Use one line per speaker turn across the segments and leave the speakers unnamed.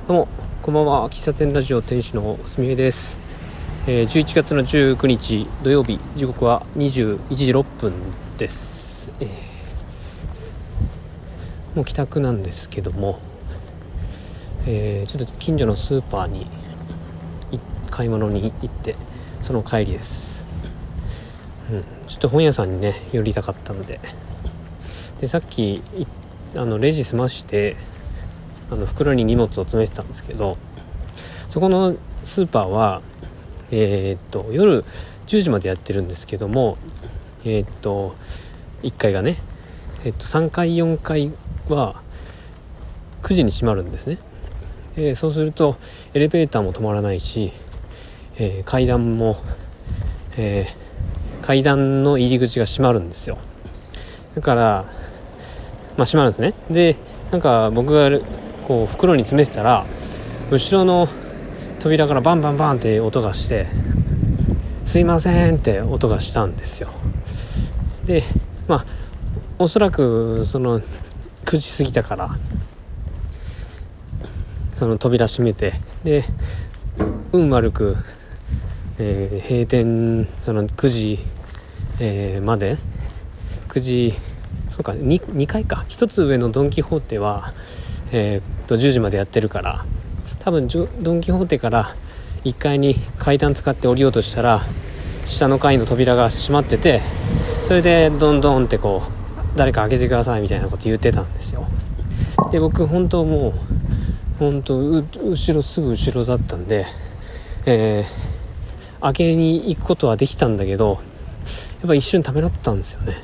どうもこんばんは。喫茶店ラジオ店主のすみえです。11月の19日土曜日、時刻は21時6分です。もう帰宅なんですけども、ちょっと近所のスーパーに買い物に行って、その帰りです。ちょっと本屋さんにね寄りたかったので、さっきレジ済まして袋に荷物を詰めてたんですけど、そこのスーパーは夜10時までやってるんですけども、1階がね、3階4階は9時に閉まるんですね。そうするとエレベーターも止まらないし、階段も、階段の入り口が閉まるんですよ。だから閉まるんですね。でなんか僕がこう袋に詰めてたら、後ろの扉からバンバンバンって音がして、すいませんって音がしたんですよ。でおそらくその9時過ぎたからその扉閉めて、で運悪く、閉店その9時、まで9時そうか 2階か、1つ上のドンキホーテは、10時までやってるから、多分ドンキホーテから1階に階段使って降りようとしたら、下の階の扉が閉まってて、それでどんどんってこう誰か開けてくださいみたいなこと言ってたんですよ。で僕本当後ろすぐ後ろだったんで、開けに行くことはできたんだけど、やっぱ一瞬ためらったんですよね。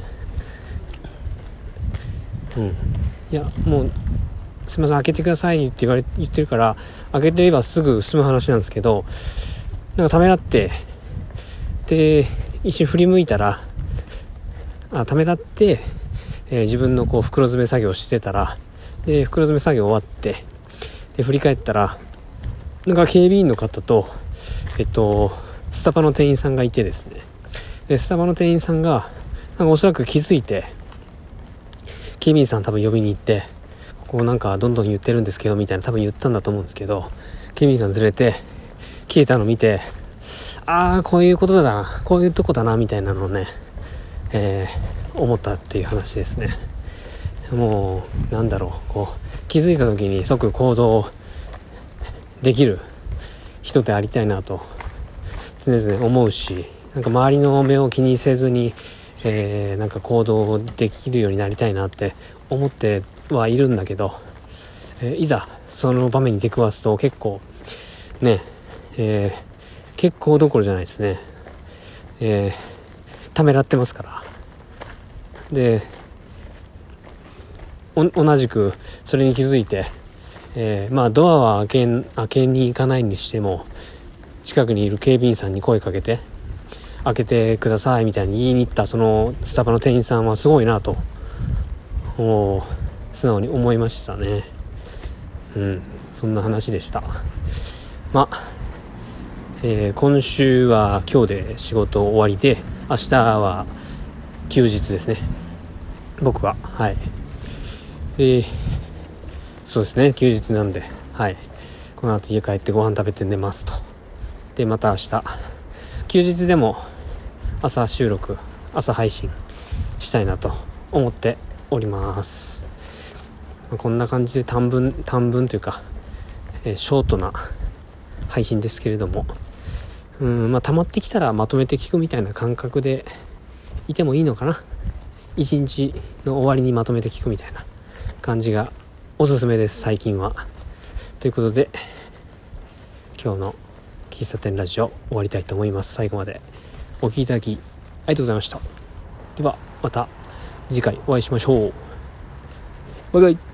いやもうすみません開けてくださいって言ってるから、開けてればすぐ済む話なんですけど、なんかためらって、で一瞬振り向いたら、ためらって、自分のこう袋詰め作業してたら、で袋詰め作業終わって、で振り返ったら、なんか警備員の方とスタバの店員さんがいてですね、でスタバの店員さんがなんかおそらく気づいて、警備員さん多分呼びに行って、こうなんかどんどん言ってるんですけどみたいな多分言ったんだと思うんですけど、警備員さんずれて消えたのを見て、こういうことだな、こういうとこだなみたいなのをね、思ったっていう話ですね。もうなんだろう、こう気づいた時に即行動できる人でありたいなと常々思うし、なんか周りの目を気にせずに、なんか行動できるようになりたいなって思ってはいるんだけど、いざその場面に出くわすと結構ね、結構どころじゃないですね。ためらってますから。で同じくそれに気づいて、ドアは開けに行かないにしても、近くにいる警備員さんに声かけて開けてくださいみたいに言いに行ったそのスタバの店員さんはすごいなと素直に思いましたね。そんな話でした。今週は今日で仕事終わりで、明日は休日ですね、僕は。そうですね、休日なんで、この後家帰ってご飯食べて寝ますと。でまた明日休日でも朝配信したいなと思っております。こんな感じで短文というか、ショートな配信ですけれども、溜まってきたらまとめて聞くみたいな感覚でいてもいいのかな。一日の終わりにまとめて聞くみたいな感じがおすすめです最近は。ということで今日の喫茶店ラジオ終わりたいと思います。最後までお聞きいただきありがとうございました。ではまた次回お会いしましょう。バイバイ。